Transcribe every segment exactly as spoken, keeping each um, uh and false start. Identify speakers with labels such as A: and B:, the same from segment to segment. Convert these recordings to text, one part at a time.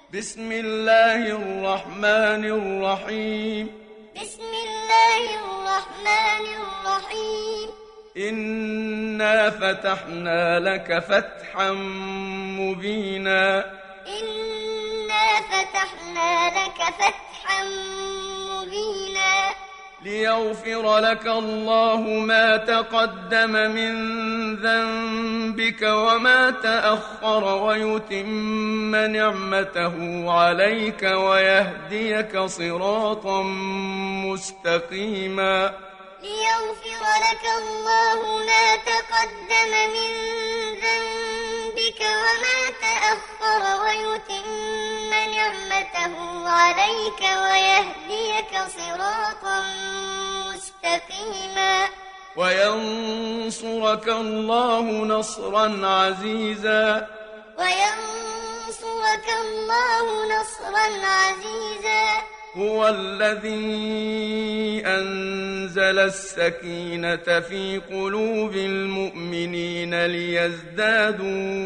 A: بسم الله الرحمن الرحيم
B: بسم الله الرحمن الرحيم
A: إنا فتحنا لك فتحا مبينا
B: إنا فتحنا لك فتحا مبينا
A: ليغفر لك الله ما تقدم من ذنبك وما تأخر ويتم نعمته عليك ويهديك صراطا مستقيما
B: ليغفر لك الله ما تقدم من ذنبك وما تأخر ويتم نعمته عليك ويهديك صراطا مستقيما
A: وينصرك الله نصرا عزيزا
B: وينصرك الله نصرا عزيزا
A: هو الذي أنزل السكينة في قلوب المؤمنين ليزدادوا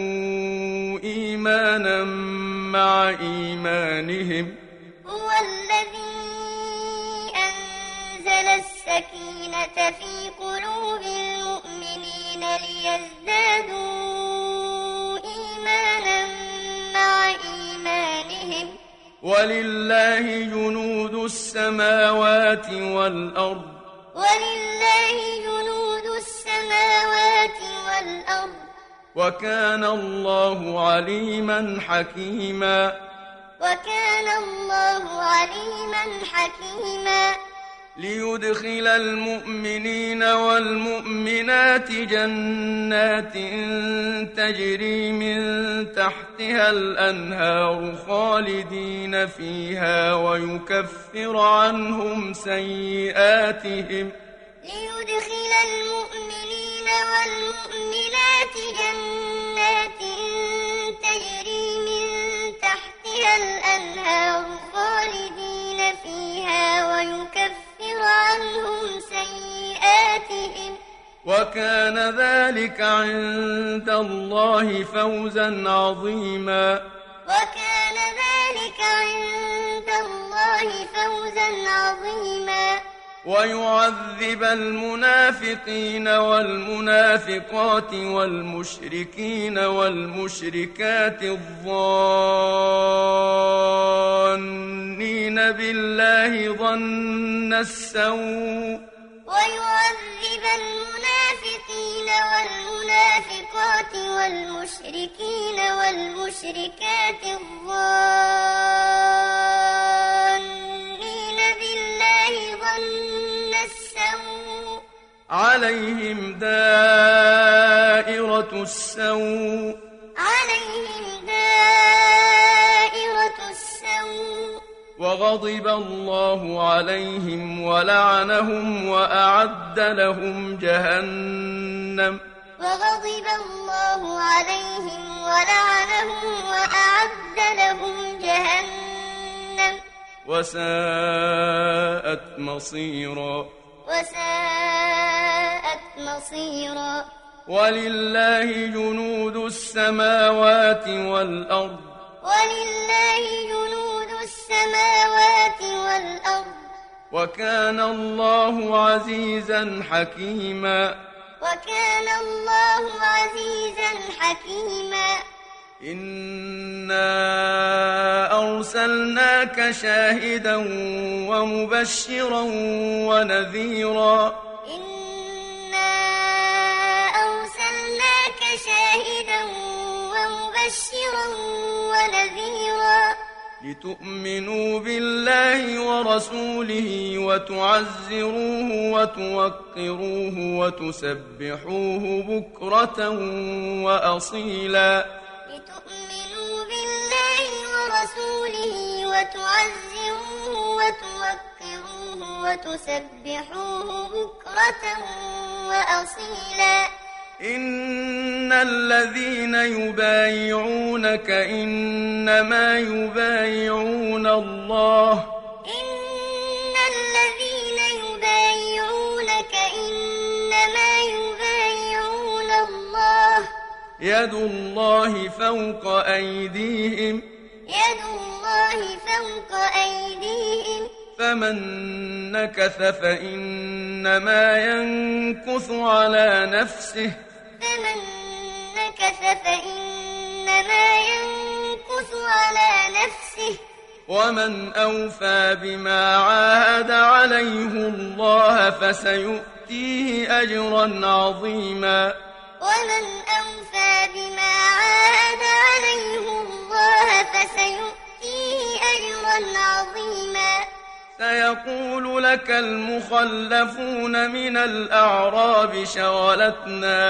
A: إيمانا مع إيمانهم
B: هو الذي أنزل السكينة في قلوب المؤمنين ليزدادوا إيمانا مع إيمانهم
A: ولله جنود السماوات والأرض
B: ولله جنود السماوات والأرض
A: وكان الله عليما حكيما
B: وكان الله عليما حكيما
A: ليدخل المؤمنين والمؤمنات جنات تجري من تحتها الأنهار خالدين فيها ويكفر عنهم سيئاتهم
B: ليدخل المؤمنين والمؤمنات جنات تجري من تحتها الأنهار خالدين فيها ويكفر عنهم سيئاتهم
A: وكان ذلك عند الله فوزا عظيما
B: وكان ذلك عند الله فوزا عظيما
A: ويعذب المنافقين والمنافقات والمشركين والمشركات الظانين بالله ظن السوء
B: ويعذب المنافقين والمنافقات والمشركين والمشركات الظانين بالله ظن السوء
A: عليهم دائرة السوء
B: عليهم دائرة السوء
A: وغضب الله عليهم ولعنهم وأعد لهم جهنم
B: وغضب الله عليهم ولعنهم وأعد لهم جهنم
A: وساءت مصيرا
B: وساءت مصيرا
A: ولله جنود السماوات والأرض
B: ولله جنود السماوات والأرض
A: وكان الله عزيزا حكيما
B: وكان الله عزيزا حكيما
A: إنا أرسلناك شاهدا ومبشرا ونذيرا
B: إنا أرسلناك شاهدا ومبشرا ونذيرا
A: لتؤمنوا بالله ورسوله وتعزروه وتوقروه وتسبحوه بكرة وأصيلا
B: لتؤمنوا بالله ورسوله وتعزروه وتوقروه وتسبحوه بكرة وأصيلا
A: إن الذين يبايعونك إنما يبايعون الله
B: إن الذين يبايعونك إنما يبايعون الله
A: يد الله فوق أيديهم
B: يد الله الله فوق أيديهم
A: فمن نكث فإنما ينكث على نفسه
B: فمن نكث فإنما ينكث على نفسه
A: ومن أوفى بما عاهد عليه الله فسيؤتيه أجرا عظيما
B: ومن أوفى بما عاهد عليه الله فسيؤتيه أجرا عظيما
A: سيقول لك المخلفون من الأعراب شغلتنا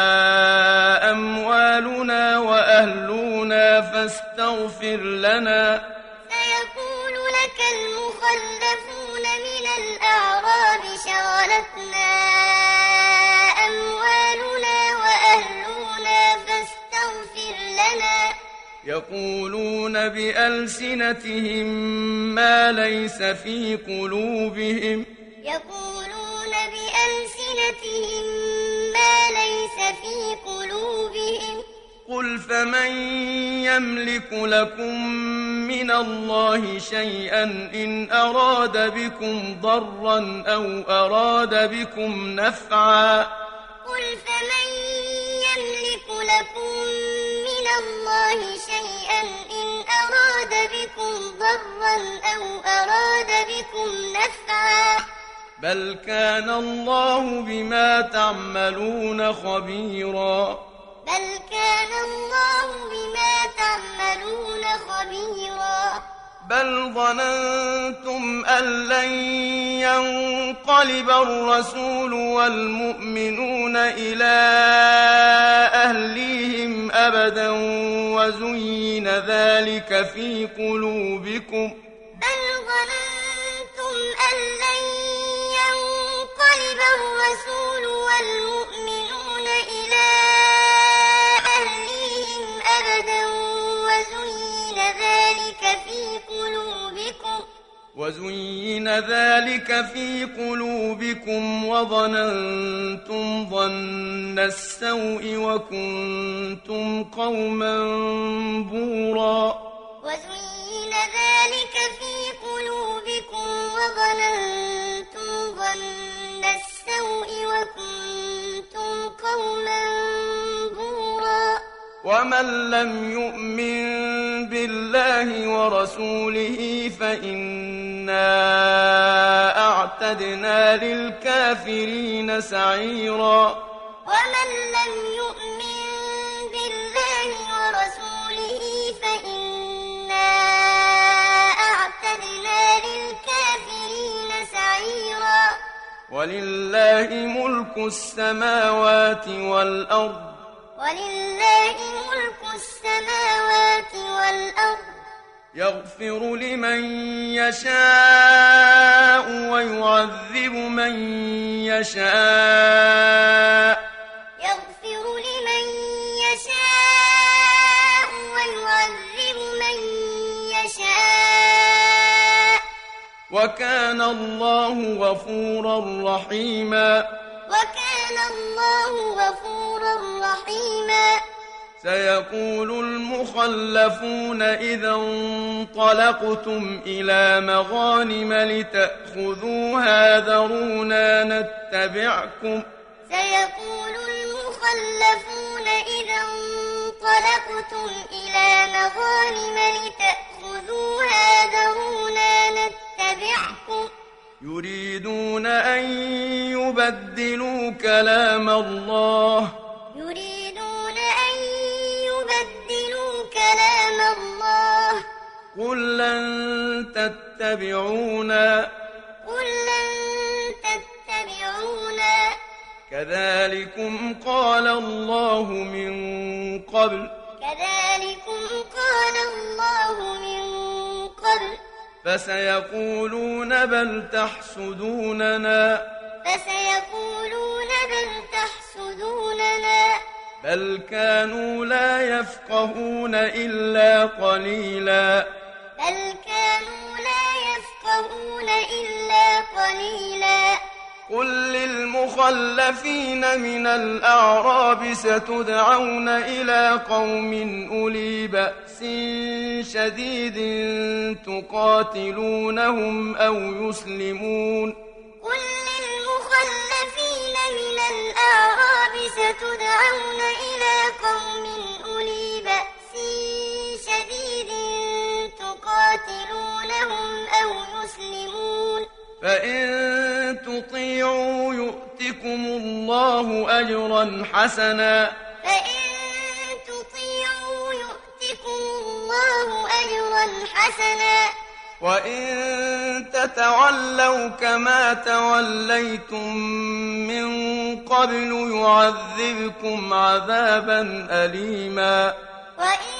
A: أموالنا وأهلنا فاستغفر لنا
B: سيقول لك المخلفون من الأعراب شغلتنا أموالنا وأهلنا فاستغفر لنا
A: يقولون بألسنتهم ما ليس في قلوبهم
B: يقولون بألسنتهم ما ليس في قلوبهم
A: قل فمن يملك لكم من الله شيئا إن أراد بكم ضرا أو أراد بكم نفعا
B: قل فمن يملك لكم من الله شيئا إن أراد بكم ضرا أو أراد بكم نفعا
A: بل كان الله بما تعملون خبيرا
B: بل كان الله بما تعملون خبيرا
A: بل ظننتم أن لن ينقلب الرسول والمؤمنون إلى أهليهم أبدا وزين ذلك في قلوبكم
B: بل ظننتم أن لن ينقلب الرسول والمؤمنون إلى أهليهم أبدا وزين ذلك في قلوبكم
A: وزين ذلك في قلوبكم وظننتم ظن السوء وكنتم قوما بورا
B: وزين ذلك في قلوبكم وظننتم ظن السوء وكنتم قوما بورا
A: ومن لم يؤمن بالله ورسوله فإنا أعتدنا للكافرين سعيرا
B: ومن لم يؤمن بالله ورسوله فإنا أعتدنا للكافرين سعيرا
A: ولله ملك السماوات والأرض
B: ولله ملك السماوات والأرض
A: يغفر لمن يشاء ويعذب من يشاء
B: يغفر لمن يشاء ويعذب من يشاء
A: وكان الله غفورا رحيما
B: وكان الله غفورا رحيما
A: سيقول المخلفون إذا انطلقتم إلى مغانم لتأخذوها ذرونا نتبعكم
B: سيقول المخلفون إذا انطلقتم إلى مغانم لتأخذوها ذرونا نتبعكم
A: يريدون أن يبدلوا كلام الله
B: يريدون أن يبدلوا كلام الله
A: قل لن تتبعونا
B: قل لن تتبعونا
A: كذلكم قال الله من قبل
B: كذلكم قال الله من قبل
A: فسيقولون بل تحسدوننا
B: فسيقولون بل تحسدوننا
A: بل كانوا لا يفقهون إلا قليلا
B: بل كانوا لا يفقهون إلا قليلا
A: قل للمخلفين المخلفين من الأعراب ستدعون إلى قوم أولي بأس شديد تقاتلونهم أو يسلمون
B: قل للمخلفين من الأعراب ستدعون إلى قوم أولي بأس شديد تقاتلونهم أو يسلمون
A: فإن تطيعوا يؤتكم الله أجرا حسنا
B: فإن تطيعوا يؤتكم الله أجرا حسنا
A: وإن تتولوا كما توليتم من قبل يعذبكم عذابا أليما
B: وإن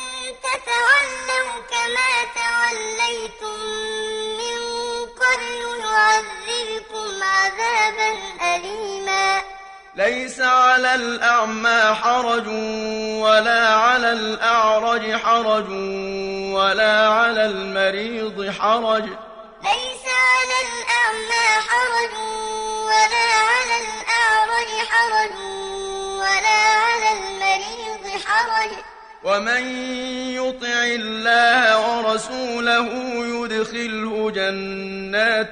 B: تتولوا كما توليتم من قبل يعذبكم عذابا أليما
A: ليس على الأعمى حرج ولا على الأعرج حرج ولا على المريض حرج
B: ليس على الأعمى حرج ولا على الأعرج حرج ولا على المريض حرج
A: ومن يطع الله ورسوله يدخله جنات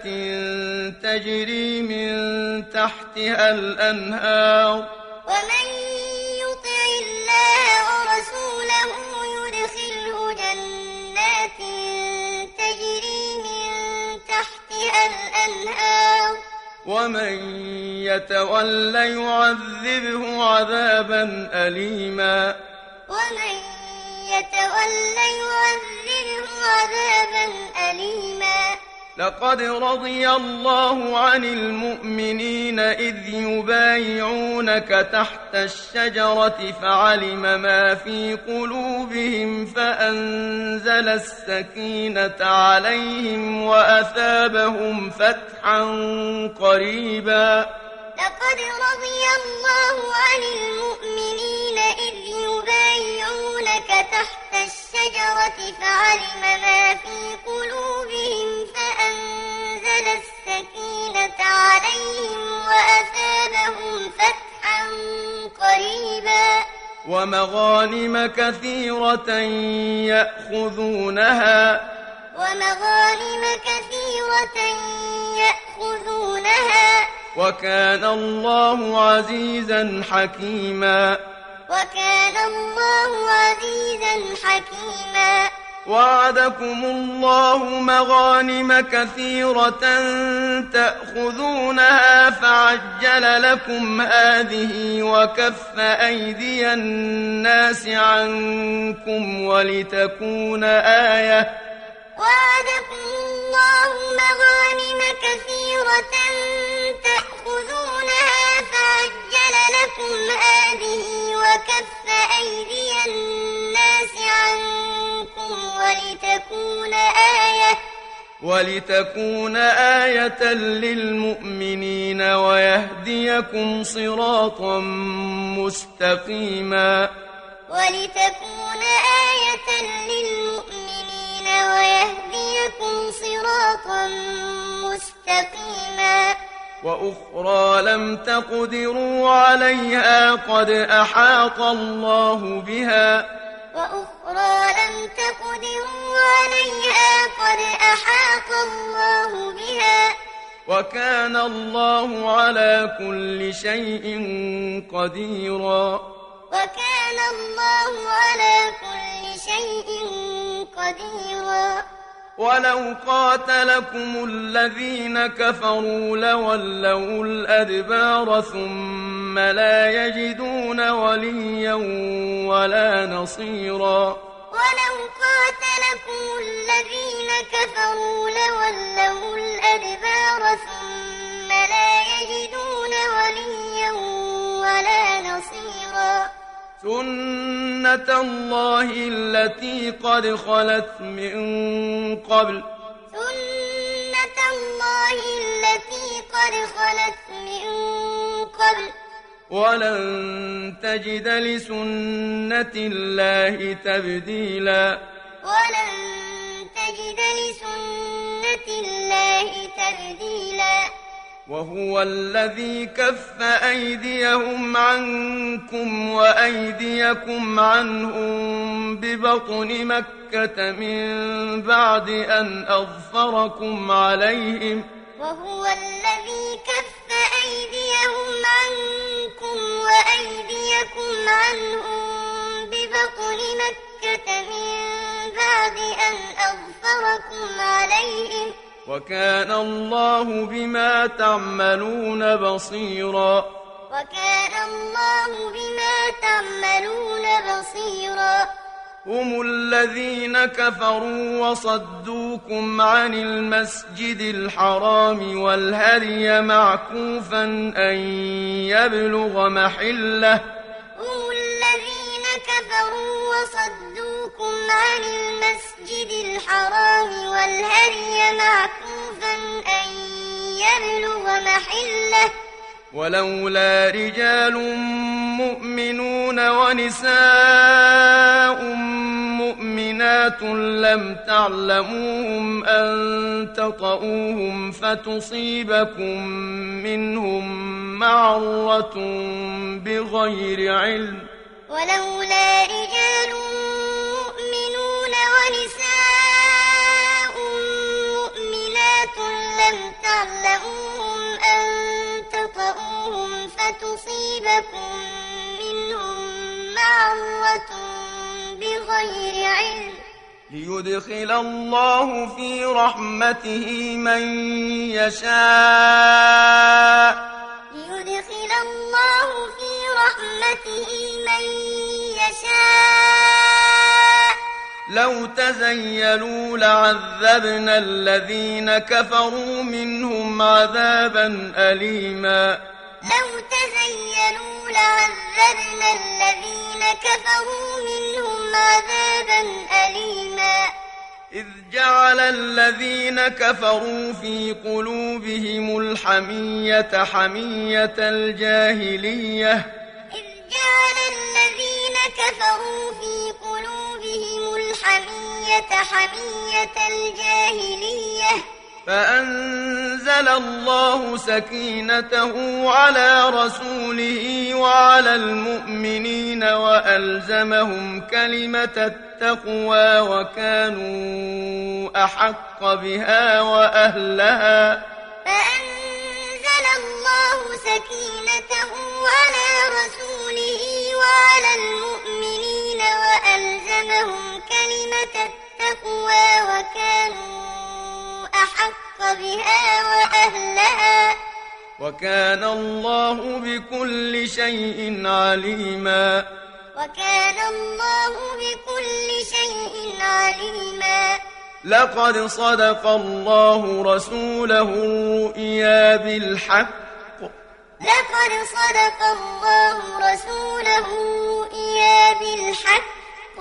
A: تجري من تحتها الأنهار
B: ومن يطع الله ورسوله يدخله جنات تجري من تحتها الأنهار
A: ومن يتول يعذبه عذابا أليما
B: ومن يتولى يعذبه عذابا أليما
A: لقد رضي الله عن المؤمنين إذ يبايعونك تحت الشجرة فعلم ما في قلوبهم فأنزل السكينة عليهم وأثابهم فتحا قريبا
B: لقد رضي الله عن المؤمنين إذ يبايعونك تحت الشجرة فعلم ما في قلوبهم فأنزل السكينة عليهم وأثابهم فتحا قريبا
A: ومغانم كثيرة يأخذونها
B: ومغانم كثيرة يأخذونها
A: وكان الله عزيزا حكيما
B: وكان الله عزيزا حكيما
A: وعدكم الله مغانم كثيرة تأخذونها فعجل لكم هذه وكف أيدي الناس عنكم ولتكون آية
B: وعدكم الله مغانم كثيرة تأخذونها فعجل لكم هذه وكف أيدي الناس عنكم ولتكون آية
A: ولتكون آية للمؤمنين ويهديكم صراطا مستقيما
B: ولتكون آية للمؤمنين ويهديكم صراطا مستقيما
A: وأخرى لم تقدروا عليها قد أحاط الله بها
B: وأخرى لم تقدروا عليها قد أحاط الله بها
A: وكان الله على كل شيء قديرا
B: وكان الله على كل شيء قديرا
A: ولو قاتلكم الذين كفروا لولوا الأدبار ثم لا يجدون وليا ولا نصيرا
B: ولو قاتلكم الذين كفروا لولوا الأدبار ثم لا يجدون وليا ولا نصيرا
A: سنة الله التي قد خلت من قبل
B: سنة الله التي قد خلت من قبل
A: ولن تجد لسنة الله تبديلا
B: ولن تجد لسنة الله تبديلا
A: وهو الذي كف أيديهم عنكم وأيديكم عنهم ببطن مكة من بعد أن أظفركم عليهم
B: وهو الذي كف أيديهم عنكم وأيديكم عنهم ببطن مكة من بعد أن أظفركم عليهم
A: وكان الله بما تعملون بصيرا
B: وكان الله بما تعملون بصيرا
A: هم الذين كفروا وصدوكم عن المسجد الحرام والهدي معكوفا أن يبلغ محله
B: هم الذين كفروا وصدوكم عن المسجد الحرام والهدي معكوفا أن يبلغ محله
A: ولولا رجال مؤمنون ونساء مؤمنات لم تعلموهم أن تطؤوهم فتصيبكم منهم معرة بغير علم
B: ولولا رجال مؤمنون ونساء مؤمنات لم تعلموهم أن تطؤوهم فتصيبكم منهم معرة بغير علم
A: ليدخل الله في رحمته من يشاء
B: ليدخل الله في رحمته من يشاء
A: لو تزيلوا لعذبنا الذين كفروا منهم عذابا أليما
B: لو تزيلوا لعذبنا الذين كفروا منهم عذابا أليما
A: إذ جعل الذين كفروا في قلوبهم الحمية حمية الجاهلية
B: إذ جعل الذين كفروا في قلوبهم الحمية حمية الجاهلية
A: فأنزل الله سكينته على رسوله وعلى المؤمنين وألزمهم كلمة التقوى وكانوا أحق بها وأهلها
B: فأنزل الله سكينته على رسوله وعلى المؤمنين وألزمهم كلمة التقوى وكانوا أحق بها وأهلها
A: وكان الله بكل شيء عليما
B: وكان الله بكل شيء عليما
A: لقد صدق الله رسوله الرؤيا بالحق
B: لقد صدق الله رسوله الرؤيا بالحق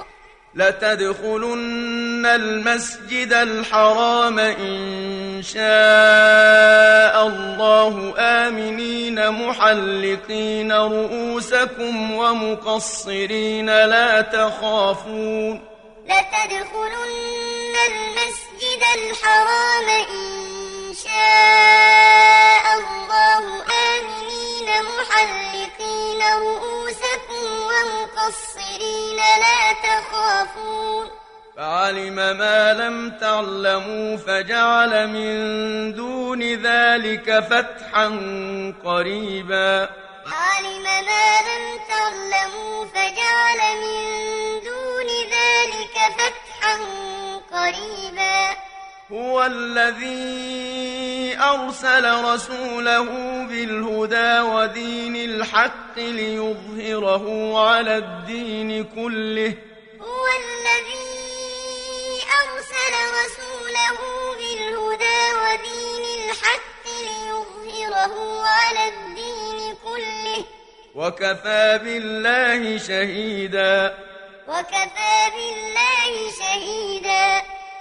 A: لتدخلن المسجد الحرام إن شاء الله آمنين محلقين رؤوسكم ومقصرين لا تخافون
B: لتدخلن المسجد الحرام إن شاء الله آمنين محلقين رؤوسكم ومقصرين لا تخافون
A: فعلم ما لم تعلموا فجعل من دون ذلك فتحا قريبا
B: علم ما لم تعلموا فجعل من دون ذلك فتحا قريبا
A: هو الذي أرسل رسوله بالهدى ودين الحق ليظهره على الدين كله
B: هو الذي أرسل رسوله بالهدى ودين الحق ليظهره على الدين كله
A: وكفى بالله شهيدا
B: وكفى بالله شهيدا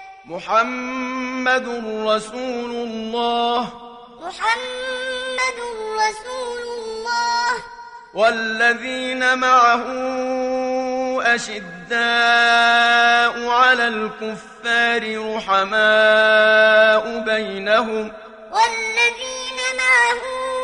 A: محمد رسول الله
B: محمد رسول الله
A: والذين معه أشداء على الكفار رحماء بينهم
B: والذين معه معه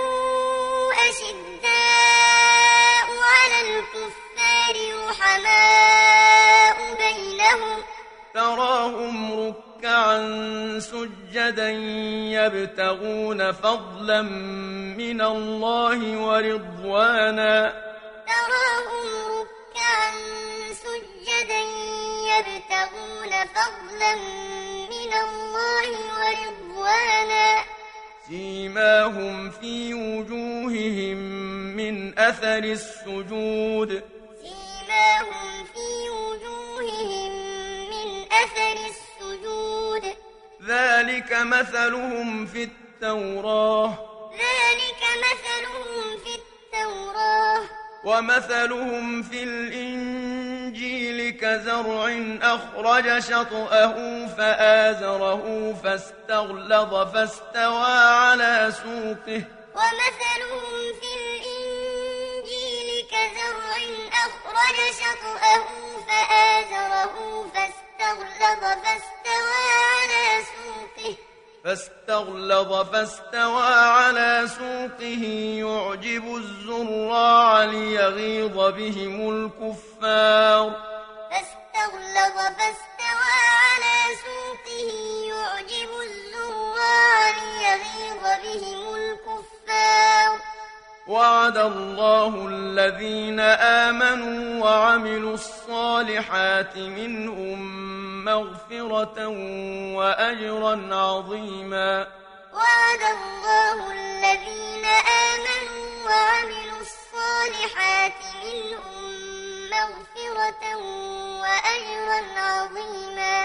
B: أشداء على الكفار رحماء بينهم
A: تراهم ركعا سجدا يبتغون فضلا من الله ورضوانا
B: تراهم ركعا سجدا يبتغون فضلا من الله ورضوانا
A: سيماهم في وجوههم من أثر السجود
B: سيماهم في وجوههم من أثر السجود
A: ذلك مثلهم في التوراة
B: ذلك مثلهم في التوراة
A: ومثلهم في الإنجيل كزرع أخرج شطأه فآزره فاستغلظ فاستوى على سوقه
B: ومثلهم في الإنجيل كزرع أخرج شطأه فآزره فاستغلظ فاستوى على سوقه
A: فاستغلظ فاستوى على سوقه يعجب الزراع ليغيظ بهم الكفار
B: فاستغلظ فاستوى على سوقه يعجب الزراع ليغيظ بهم الكفار
A: وعد الله الذين آمنوا وعملوا الصالحات منهم مغفرة وأجرا عظيما
B: وعد الله الذين آمنوا وعملوا الصالحات منهم مغفرة وأجرا عظيما